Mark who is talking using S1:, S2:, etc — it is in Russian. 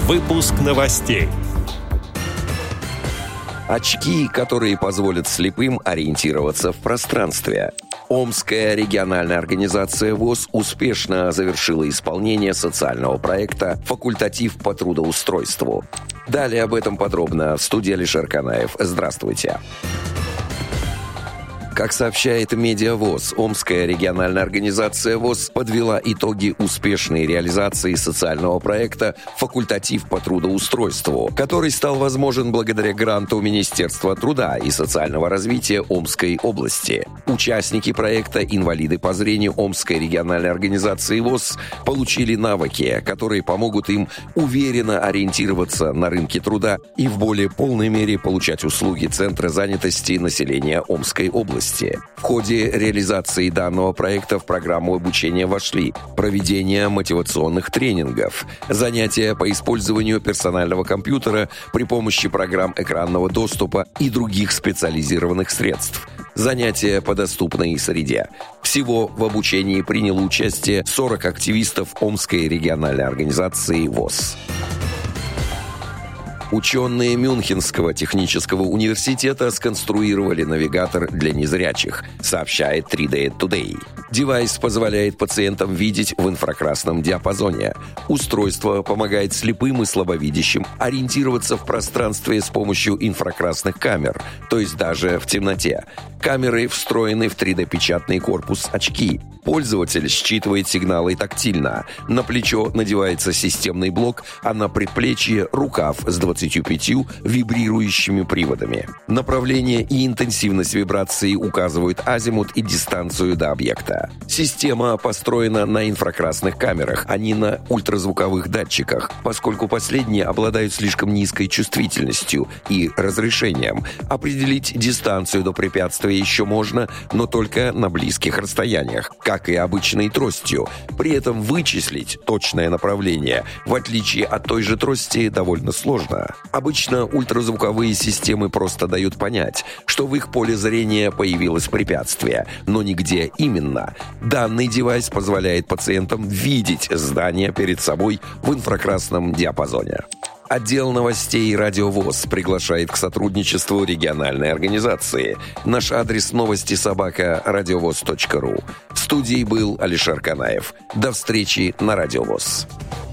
S1: Выпуск новостей.
S2: Очки, которые позволят слепым ориентироваться в пространстве. Омская региональная организация ВОС успешно завершила исполнение социального проекта «Факультатив по трудоустройству». Далее об этом подробно в студии Алишер Канаев. Здравствуйте. Как сообщает Медиавоз, Омская региональная организация ВОС подвела итоги успешной реализации социального проекта «Факультатив по трудоустройству», который стал возможен благодаря гранту Министерства труда и социального развития Омской области. Участники проекта, инвалиды по зрению Омской региональной организации ВОС, получили навыки, которые помогут им уверенно ориентироваться на рынке труда и в более полной мере получать услуги Центра занятости населения Омской области. В ходе реализации данного проекта в программу обучения вошли проведение мотивационных тренингов, занятия по использованию персонального компьютера при помощи программ экранного доступа и других специализированных средств, занятия по доступной среде. Всего в обучении приняло участие 40 активистов Омской региональной организации ВОС. Ученые Мюнхенского технического университета сконструировали навигатор для незрячих, сообщает 3D Today. Девайс позволяет пациентам видеть в инфракрасном диапазоне. Устройство помогает слепым и слабовидящим ориентироваться в пространстве с помощью инфракрасных камер, то есть даже в темноте. Камеры встроены в 3D-печатный корпус очки. Пользователь считывает сигналы тактильно. На плечо надевается системный блок, а на предплечье – рукав с 25 вибрирующими приводами. Направление и интенсивность вибрации указывают азимут и дистанцию до объекта. Система построена на инфракрасных камерах, а не на ультразвуковых датчиках, поскольку последние обладают слишком низкой чувствительностью и разрешением. Определить дистанцию до препятствия еще можно, но только на близких расстояниях, как и обычной тростью. При этом вычислить точное направление, в отличие от той же трости, довольно сложно. Обычно ультразвуковые системы просто дают понять, что в их поле зрения появилось препятствие, но нигде именно. Данный девайс позволяет пациентам видеть здание перед собой в инфракрасном диапазоне. Отдел новостей «Радио ВОС» приглашает к сотрудничеству региональной организации. Наш адрес новости@радиовоз.ру. В студии был Алишер Канаев. До встречи на «Радио ВОС».